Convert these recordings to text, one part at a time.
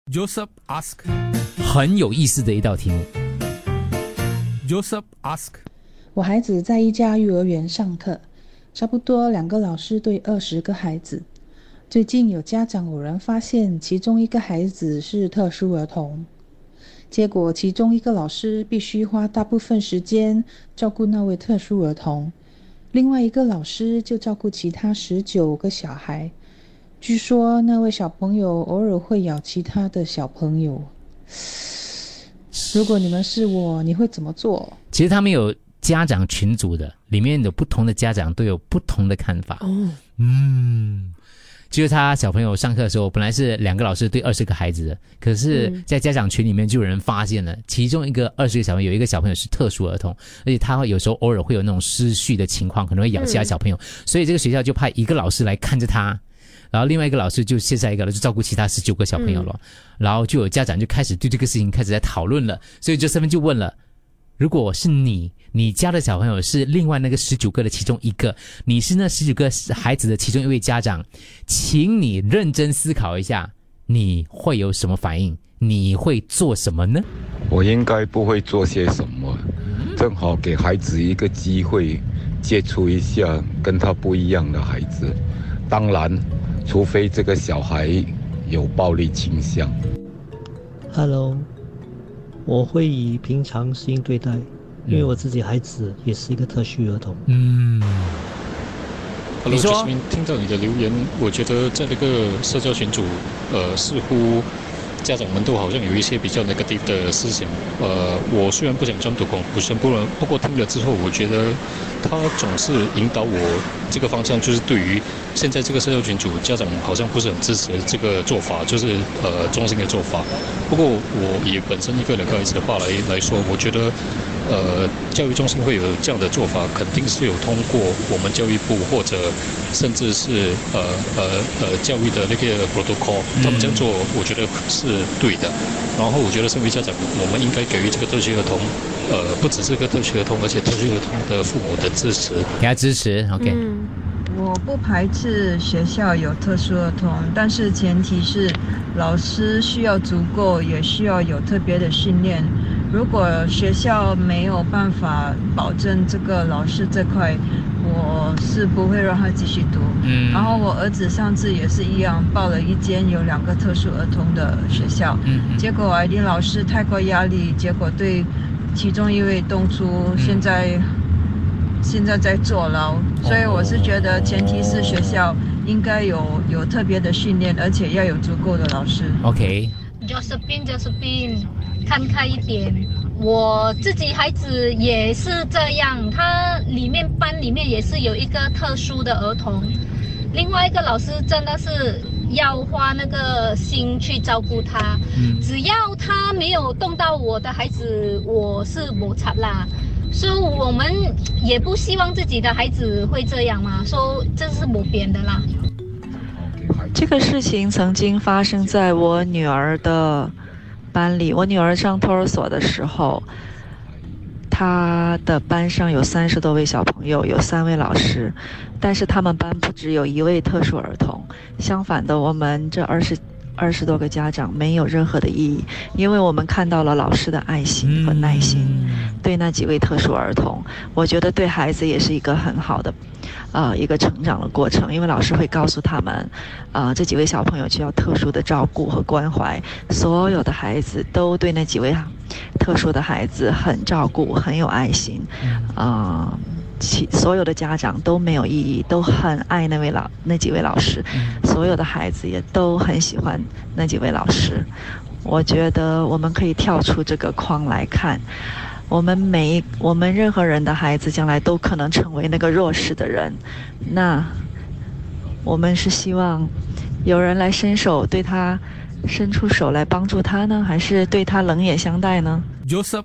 Joseph ask， 很有意思的一道题目。 Joseph ask， 我孩子在一家幼儿园上课，差不多2个老师对20个孩子。最近有家长偶然发现其中一个孩子是特殊儿童，结果其中一个老师必须花大部分时间照顾那位特殊儿童，另外一个老师就照顾其他19个小孩。据说那位小朋友偶尔会咬其他的小朋友。如果你们是我，你会怎么做？ 其实他们有家长群组的，里面有不同的家长都有不同的看法。就是他小朋友上课的时候，本来是2个老师对20个孩子的，可是在家长群里面就有人发现了，其中一个20个小朋友有一个小朋友是特殊儿童，而且他会有时候偶尔会有那种失序的情况，可能会咬其他小朋友，所以这个学校就派一个老师来看着他，然后另外一个老师就卸下一个了，就照顾其他19个小朋友了。然后就有家长就开始对这个事情开始在讨论了，所以这身份就问了，如果是你家的小朋友是另外那个19个的其中一个，你是那19个孩子的其中一位家长，请你认真思考一下，你会有什么反应？你会做什么呢？ 我应该不会做些什么，正好给孩子一个机会接触一下跟他不一样的孩子，当然除非这个小孩有暴力倾向。 Hello， 我会以平常心对待，因为我自己孩子也是一个特殊儿童。 你说 Hello， 听到你的留言，我觉得在那个社交群组，似乎家长们都好像有一些比较 negative 的事情。我虽然不想jump to conclusion，不过听了之后，我觉得他总是引导我这个方向，就是对于现在这个社交群组，家长好像不是很支持这个做法，就是中心的做法。不过我以本身一个2个孩子的爸来说，我觉得。教育中心会有这样的做法，肯定是有通过我们教育部或者甚至是教育的那个 protocol， 他们这样做，我觉得是对的。然后我觉得身为家长，我们应该给予这个特殊儿童，不只是个特殊儿童，而且特殊儿童的父母的支持， 给他支持 ，OK。 我不排斥学校有特殊儿童，但是前提是老师需要足够，也需要有特别的训练。如果学校没有办法保证这个老师这块，我是不会让他继续读。然后我儿子上次也是一样，报了一间有2个特殊儿童的学校，结果ID老师太过压力，结果对其中一位动粗，现在在坐牢。所以我是觉得前提是学校应该有特别的训练，而且要有足够的老师。 OK， Josephine， 看开一点。我自己孩子也是这样，他班里面也是有一个特殊的儿童，另外一个老师真的是要花那个心去照顾他。只要他没有动到我的孩子，我是没差啦。所以我们也不希望自己的孩子会这样嘛，所以这是没变的啦。 这个事情曾经发生在我女儿的班里。我女儿上托儿所的时候，她的班上有30多位小朋友，有3位老师，但是他们班不只有1位特殊儿童。相反的，我们这20多个家长没有任何的意义，因为我们看到了老师的爱心和耐心，对那几位特殊儿童，我觉得对孩子也是一个很好的一个成长的过程，因为老师会告诉他们这几位小朋友需要特殊的照顾和关怀，所有的孩子都对那几位特殊的孩子很照顾，很有爱心。所有的家长都没有异议，都很爱那几位老师，所有的孩子也都很喜欢那几位老师。我觉得我们可以跳出这个框来看，我们任何人的孩子将来都可能成为那个弱势的人，那我们是希望有人来伸出手来帮助他呢，还是对他冷眼相待呢？ Joseph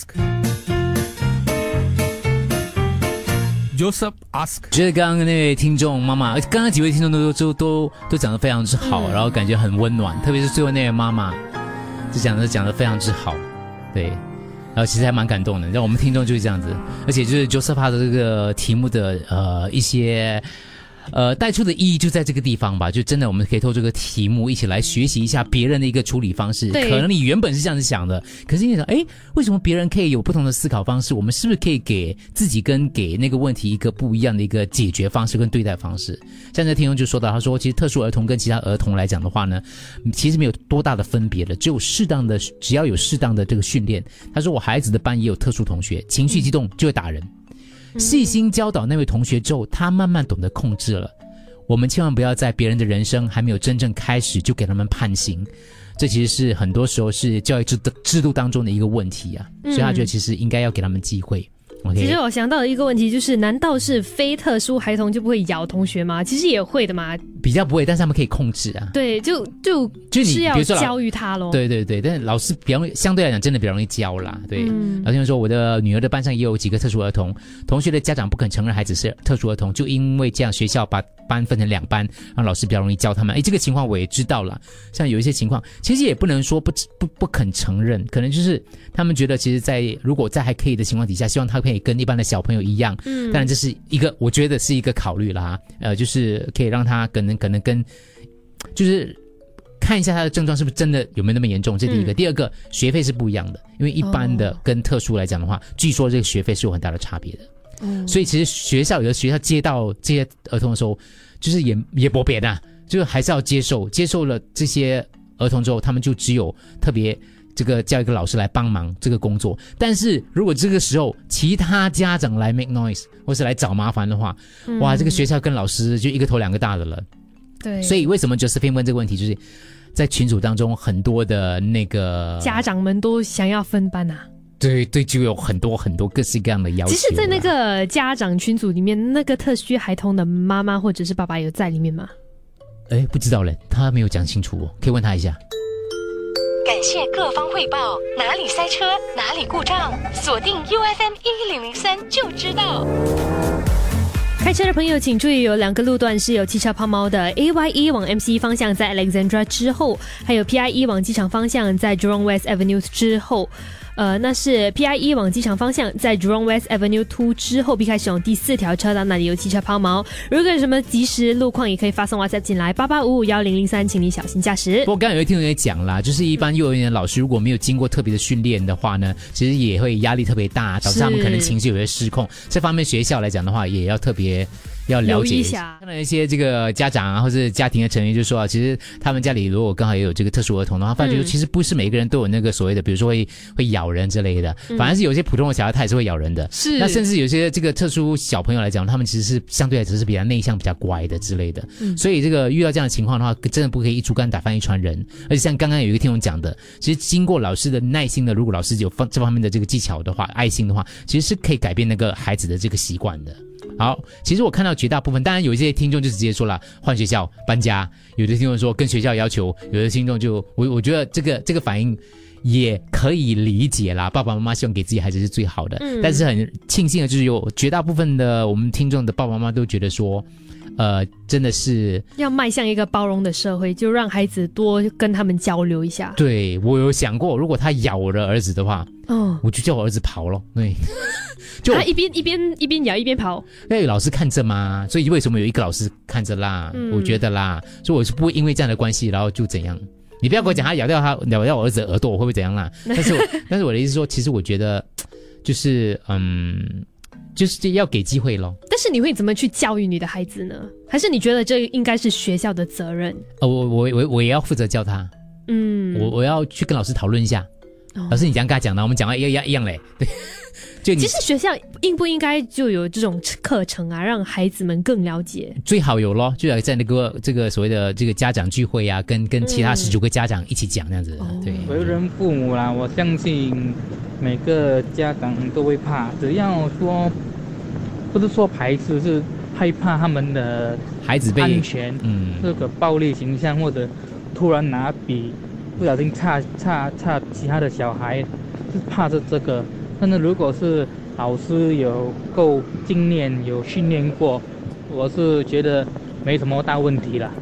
ask， 觉得刚刚那位听众妈妈，刚刚几位听众都讲得非常之好，然后感觉很温暖，特别是最后那位妈妈，就讲得非常之好，对，然后其实还蛮感动的。让我们听众就是这样子，而且就是 Joseph 的这个题目的一些带出的意义就在这个地方吧，就真的我们可以透过这个题目一起来学习一下别人的一个处理方式。可能你原本是这样子想的，可是你想，为什么别人可以有不同的思考方式？我们是不是可以给自己跟给那个问题一个不一样的一个解决方式跟对待方式？像这听众就说到，他说其实特殊儿童跟其他儿童来讲的话呢，其实没有多大的分别的，只要有适当的这个训练。他说我孩子的班也有特殊同学，情绪激动就会打人。细心教导那位同学之后，他慢慢懂得控制了。我们千万不要在别人的人生还没有真正开始就给他们判刑，这其实是很多时候是教育制度当中的一个问题啊。所以他觉得其实应该要给他们机会。 其实我想到的一个问题就是，难道是非特殊孩童就不会咬同学吗？其实也会的嘛， 比较不会，但是他们可以控制啊。 对，就是要教育他咯。 对，但是老师相对来讲真的比较容易教啦。对，老师说我的女儿的班上也有几个特殊儿童，同学的家长不肯承认孩子是特殊儿童，就因为这样学校把班分成2班，让老师比较容易教他们。这个情况我也知道了，像有一些情况其实也不能说不肯承认，可能就是他们觉得其实如果在还可以的情况底下，希望他可以跟一般的小朋友一样。当然这是一个我觉得是一个考虑啦，就是可以让他可能跟就是看一下他的症状是不是真的有没有那么严重，这第一个。第二个，学费是不一样的，因为一般的跟特殊来讲的话，据说这个学费是有很大的差别的。所以其实有的学校接到这些儿童的时候，就是也不别的，就是还是要接受了这些儿童之后，他们就只有特别这个叫一个老师来帮忙这个工作。但是如果这个时候其他家长来 make noise 或是来找麻烦的话，哇，这个学校跟老师就一个头两个大的了。 对， 所以为什么 Josephine 问这个问题，就是在群组当中很多的那个家长们都想要分班啊。 对，就有很多各式各样的要求。 其实在那个家长群组里面，那个特殊孩童的妈妈或者是爸爸有在里面吗？ 不知道嘞，他没有讲清楚可以问他一下。 感谢各方汇报，哪里塞车哪里故障，锁定 UFM 1003就知道。 开车的朋友请注意，有2个路段是有汽车抛锚的。AYE 往 MC 方向在 Alexandra 之后，还有 PIE 往机场方向在 Jurong West Avenue 之后。那是 PIE 往机场方向在 Jurong West Avenue 2之后避开使用第4条车道，那里有汽车抛锚。如果有什么即时路况，也可以发送 WhatsApp 进来88551003，请你小心驾驶。 不过刚才有一听人也讲啦，就是一般幼儿园的老师如果没有经过特别的训练的话呢，其实也会压力特别大，导致他们可能情绪有些失控。这方面学校来讲的话，也要特别要了解一下。看到一些这个家长啊，或者家庭的成员就说啊，其实他们家里如果刚好也有这个特殊儿童的话，发觉其实不是每个人都有那个所谓的，比如说会咬人之类的，反而是有些普通的小孩他也是会咬人的。 是， 那甚至有些这个特殊小朋友来讲，他们其实是相对来只是比较内向、比较乖的之类的。所以这个遇到这样的情况的话，真的不可以一竹竿打翻一船人。而且像刚刚有一个听众讲的，其实经过老师的耐心的，如果老师有这方面的这个技巧的话、爱心的话，其实是可以改变那个孩子的这个习惯的。好，其实我看到绝大部分，当然有一些听众就直接说了换学校、搬家，有的听众说跟学校要求，有的听众就我觉得这个反应也可以理解啦。爸爸妈妈希望给自己孩子是最好的，但是很庆幸的就是有绝大部分的我们听众的爸爸妈妈都觉得说，真的是要迈向一个包容的社会，就让孩子多跟他们交流一下。 对，我有想过，如果他咬我的儿子的话，我就叫我儿子跑咯。对。 就他一边咬一边跑， 因为有老师看着嘛，所以为什么有一个老师看着啦？我觉得啦，所以我是不会因为这样的关系，然后就怎样。你不要跟我讲他咬掉我儿子的耳朵，我会不会怎样啦？但是我的意思是说，其实我觉得就是就是要给机会咯。 但是你会怎么去教育你的孩子呢？还是你觉得这应该是学校的责任？ 我也要负责教他。我要去跟老师讨论一下。老师，你这样跟他讲的，我们讲的一样嘞。对。 其实学校应不应该就有这种课程啊，让孩子们更了解？ 最好有咯，就要在那个这个所谓的这个家长聚会啊，跟其他19个家长一起讲这样子。对， 为人父母啦，我相信每个家长都会怕，只要说不是说排斥，是害怕他们的孩子被安全，这个暴力形象，或者突然拿笔不小心插其他的小孩，是怕这个。但是如果是老师有够经验、有训练过，我是觉得没什么大问题了。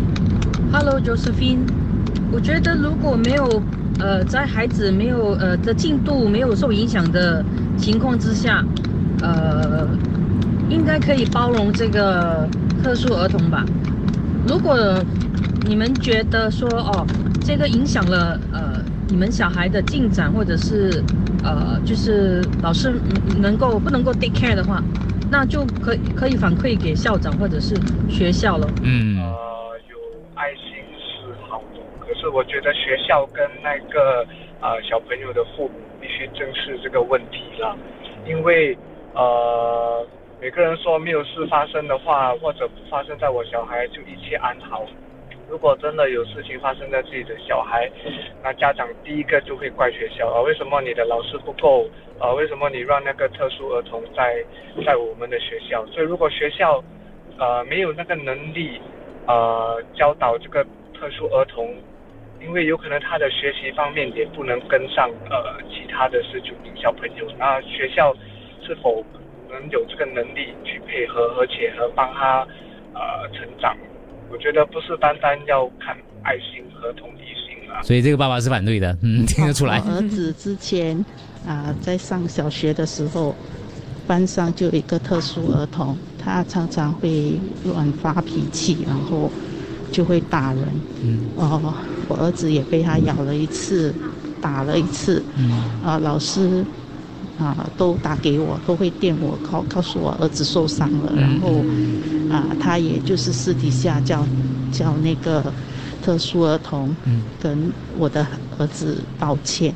Hello Josephine， 我觉得如果没有在孩子没有的进度没有受影响的情况之下， 应该可以包容这个特殊儿童吧。如果你们觉得说这个影响了你们小孩的进展，或者是就是老师不能够 take care 的话，那就可以反馈给校长或者是学校了。 有爱心是好的，可是我觉得学校跟那个小朋友的父母必须正视这个问题了，因为每个人说没有事发生的话，或者不发生在我小孩就一切安好。如果真的有事情发生在自己的小孩，那家长第一个就会怪学校为什么你的老师不够为什么你让那个特殊儿童在我们的学校。所以如果学校没有那个能力教导这个特殊儿童，因为有可能他的学习方面也不能跟上其他的19名小朋友，那学校是否能有这个能力去配合，而且帮他成长？我觉得不是单单要看爱心和同理心啊。 所以这个爸爸是反对的，听得出来。 我儿子之前在上小学的时候，班上就有一个特殊儿童，他常常会乱发脾气，然后就会打人。我儿子也被他咬了一次，打了一次。老师都打给我，都会电我，告诉我儿子受伤了。然后他也就是私底下叫那个特殊儿童跟我的儿子道歉。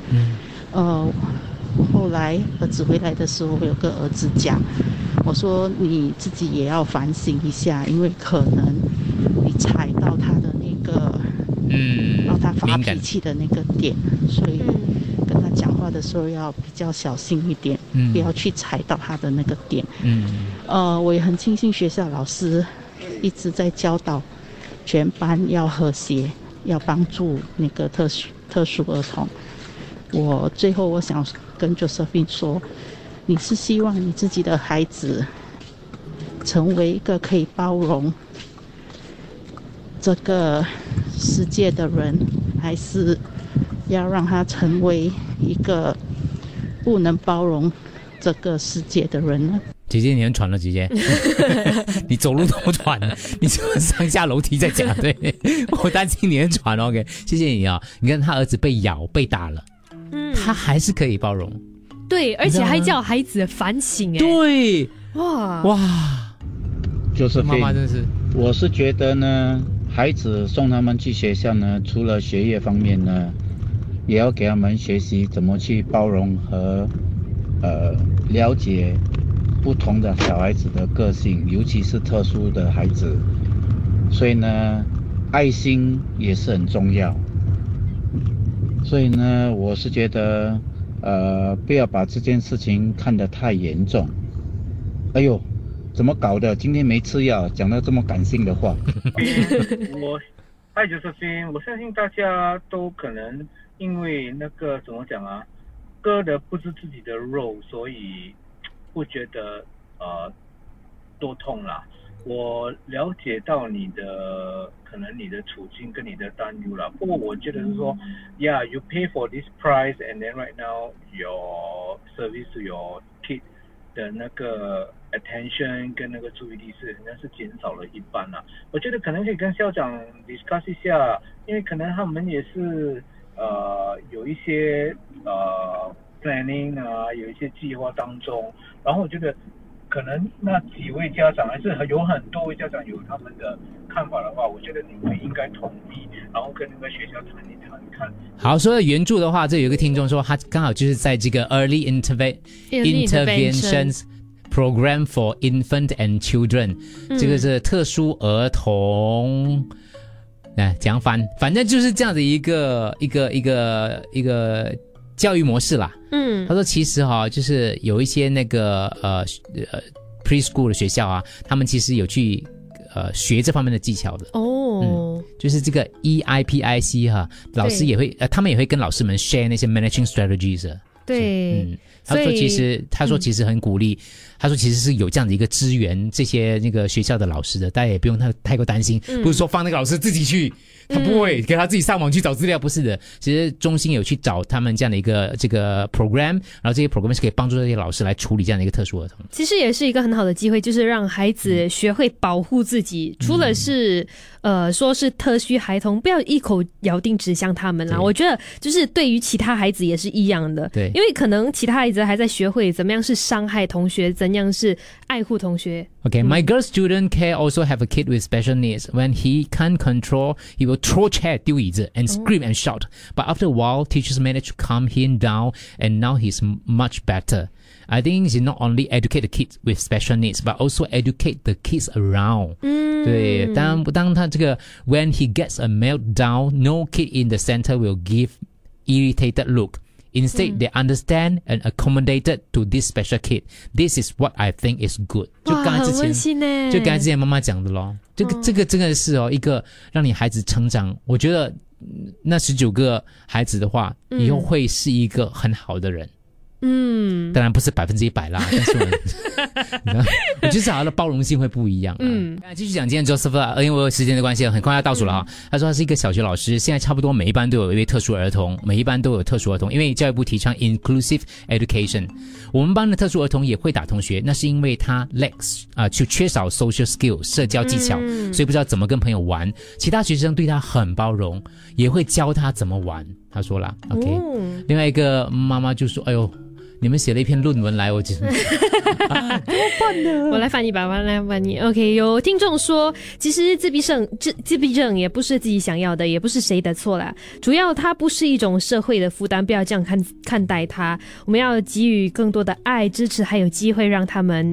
后来儿子回来的时候，我有跟儿子讲，我说你自己也要反省一下，因为可能你踩到他的那个让他发脾气的那个点，所以跟他讲话的时候要比较小心一点，不要去踩到他的那个点。我也很庆幸学校老师一直在教导全班要和谐，要帮助那个特殊儿童。最后我想跟 Josephine 说，你是希望你自己的孩子成为一个可以包容这个世界的人，还是要让他成为一个不能包容这个世界的人呢？ 姐姐，你很喘了，姐姐，你走路都喘了，你就上下楼梯在讲，对，我担心你很喘 ，OK， 谢谢你啊。你看他儿子被咬被打了，他还是可以包容， 对，而且还叫孩子反省， 对， 哇， 就是妈妈真是， 我是觉得呢，孩子送他们去学校呢，除了学业方面呢，也要给他们学习怎么去包容和了解不同的小孩子的个性，尤其是特殊的孩子，所以呢，爱心也是很重要。所以呢，我是觉得不要把这件事情看得太严重。哎呦，怎么搞的？今天没吃药，讲到这么感性的话。 Hi Josephine， 我相信大家都可能因为那个怎么讲割的不是自己的肉，所以不觉得多痛啦。我了解到可能你的处境跟你的担忧啦。不过我觉得是说，Yeah, you pay for this price, and then right now your service to your kid 的那个 attention 跟那个注意力好像是减少了一半啦。我觉得可能可以跟校长 discuss 一下，因为可能他们也是有一些planning 有一些计划当中，然后我觉得可能那几位家长还是有很多位家长有他们的看法的话，我觉得你们应该同意，然后跟那个学校谈一谈看。 好，说到援助的话，这有一个听众说他刚好就是在这个 Early Interventions Program for Infant and Children，这个是特殊儿童，讲反正就是这样的一个教育模式啦。他说其实就是有一些那个preschool 的学校啊，他们其实有去学这方面的技巧的就是这个 EIPIC 老师也会他们也会跟老师们 share 那些 managing strategies。 对， 他说其实很鼓励，他说其实是有这样的一个支援这些那个学校的老师的，大家也不用太过担心，不是说放那个老师自己去他不会给他自己上网去找资料，不是的。其实中心有去找他们这样的一个这个 program， 然后这些 program 是可以帮助这些老师来处理这样的一个特殊儿童。 其实也是一个很好的机会，就是让孩子学会保护自己。除了是说是特需孩童，不要一口咬定指向他们啦。我觉得就是对于其他孩子也是一样的， 对， 因为可能其他孩子还在学会怎么样是伤害同学，怎样是爱护同学。 Okay, my girl student can also have a kid with special needs. When he can't control, he will throw chair, 丢椅子 and scream and shout. But after a while, teachers manage to calm him down, and now he's much better. I think he not only educate the kids with special needs, but also educate the kids around. 对，当他这个 when he gets a meltdown, no kid in the center will give irritated look.Instead, they understand and accommodated to this special kid. This is what I think is good. 就刚才之前妈妈讲的咯。这个真的是一个让你孩子成长。我觉得那19个孩子的话，以后会是一个很好的人。当然不是100%啦，但是我觉得他的包容性会不一样。继续讲今天 Joseph， 因为时间的关系，很快要倒数了哈。他说他是一个小学老师，现在差不多每一班都有一位特殊儿童，因为教育部提倡 inclusive education。我们班的特殊儿童也会打同学，那是因为他 lacks 就缺少 social skill 社交技巧，所以不知道怎么跟朋友玩。其他学生对他很包容，也会教他怎么玩。他说啦 ，OK。另外一个妈妈就说：“哎呦。”你们写了一篇论文来，我觉得怎么办呢？ 我来翻译吧，我来翻译。OK， 有听众说，其实自闭症也不是自己想要的，也不是谁的错啦。主要它不是一种社会的负担，不要这样看待它。我们要给予更多的爱、支持，还有机会让他们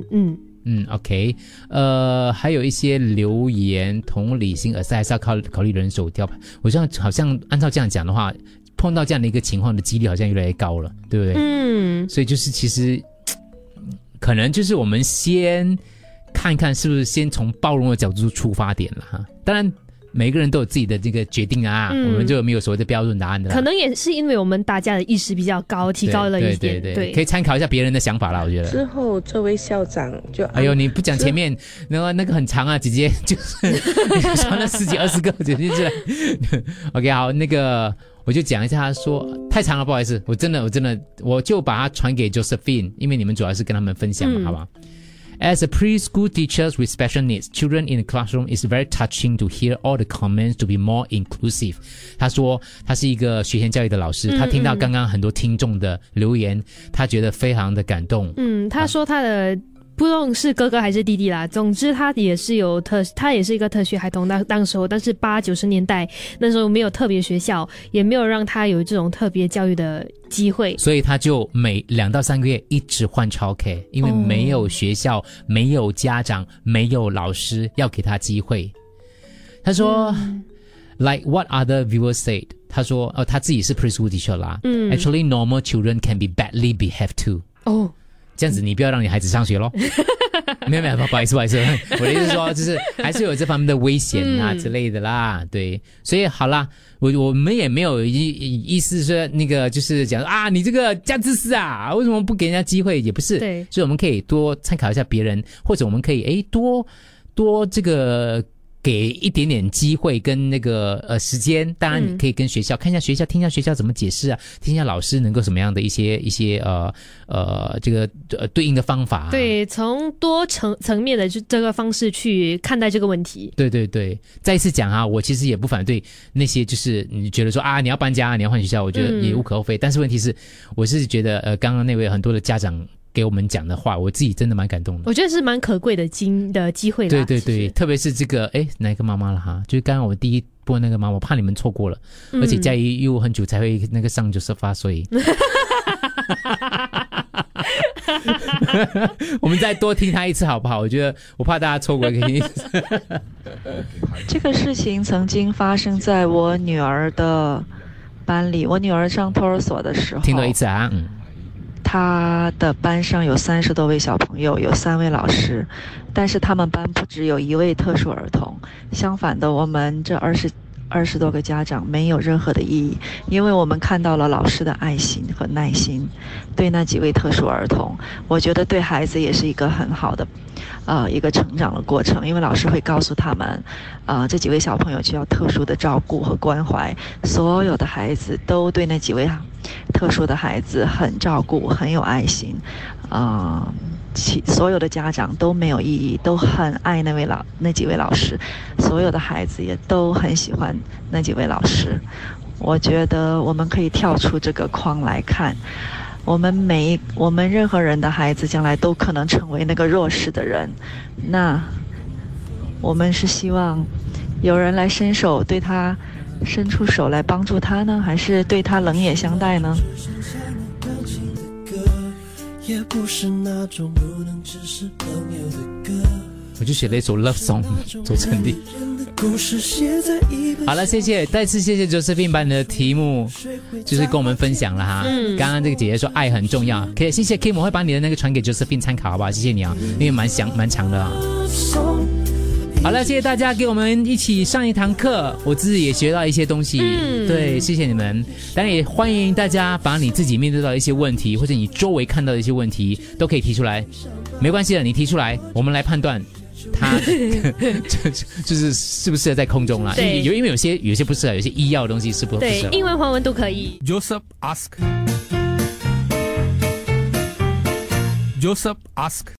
OK， 还有一些留言，同理心，而是还是要考虑人手调配。我好像按照这样讲的话。碰到这样的一个情况的几率好像越来越高了，对不对？所以就是其实可能就是我们先看看是不是先从包容的角度出发点了哈。当然每个人都有自己的这个决定啊，我们就没有所谓的标准答案的啦。 可能也是因为我们大家的意识比较高，提高了一点， 对，可以参考一下别人的想法啦，我觉得。 之后这位校长就哎呦，你不讲前面那个很长啊，姐姐就是传了10几20个姐姐进来。OK， 好，那个。我就讲一下，他说太长了，不好意思，我真的，我就把它传给 Josephine， 因为你们主要是跟他们分享嘛，好吧？As a preschool teacher with special needs, children in the classroom is very touching to hear all the comments to be more inclusive. 他说他是一个学前教育的老师，他听到刚刚很多听众的留言，他觉得非常的感动。 他说他的。不论是哥哥还是弟弟啦，总之他也是一个特需孩童当时候，但是80、90年代那时候没有特别学校，也没有让他有这种特别教育的机会， 所以他就每2到3个月一直换 childcare， 因为没有学校、没有家长、没有老师要给他机会。他说，like what other viewers said， 他说他自己是 preschool teacher 啦，actually normal children can be badly behaved too。这样子你不要让你孩子上学咯。没有不好意思，我的意思是说就是还是有这方面的危险啊之类的啦，对，所以好啦，我们也没有意思说那个就是讲啊你这个加自私啊，为什么不给人家机会，也不是，对，所以我们可以多参考一下别人，或者我们可以多这个给一点点机会跟那个时间，当然你可以跟学校看一下学校，听一下学校怎么解释啊，听一下老师能够什么样的一些这个对应的方法， 对，从多层面的这个方式去看待这个问题。 对，再一次讲啊，我其实也不反对那些就是你觉得说啊你要搬家你要换学校，我觉得也无可厚非，但是问题是我是觉得刚刚那位很多的家长给我们讲的话，我自己真的蛮感动的。 我觉得是蛮可贵的机会啦。 对，特别是这个哪一个妈妈了哈？就是刚刚我第一播那个妈妈，我怕你们错过了，而且嘉怡又很久才会那个上98岁。我们再多听他一次好不好？我觉得我怕大家错过一个意思。 这个事情曾经发生在我女儿的班里，我女儿上托儿所的时候， 听到一次啊， 他的班上有30多位小朋友，有3位老师，但是他们班不只有1位特殊儿童，相反的，我们这 20多个家长没有任何的意义，因为我们看到了老师的爱心和耐心，对那几位特殊儿童，我觉得对孩子也是一个很好的一个成长的过程，因为老师会告诉他们这几位小朋友需要特殊的照顾和关怀，所有的孩子都对那几位特殊的孩子很照顾，很有爱心，所有的家长都没有异议，都很爱那几位老师，所有的孩子也都很喜欢那几位老师。我觉得我们可以跳出这个框来看，我们任何人的孩子将来都可能成为那个弱势的人，那我们是希望有人来伸出手来帮助他呢，还是对他冷眼相待呢？ 也不是那种不能只是朋友的歌。 我就写了一首 Love Song， 周成立。好了，谢谢，再次谢谢 Josephine 把你的题目就是跟我们分享了哈。刚刚这个姐姐说爱很重要，可以谢谢 Kim， 我会把你的那个传给 Josephine 参考，好不好？谢谢你啊，因为蛮长的啊。好了，谢谢大家给我们一起上一堂课，我自己也学到一些东西。对，谢谢你们。当然也欢迎大家把你自己面对到的一些问题，或者你周围看到的一些问题，都可以提出来，没关系的，你提出来，我们来判断它就是适不适合在空中啦。因为有些不适合，有些医药的东西是不适合。 对，英文、华文都可以。 Joseph ask.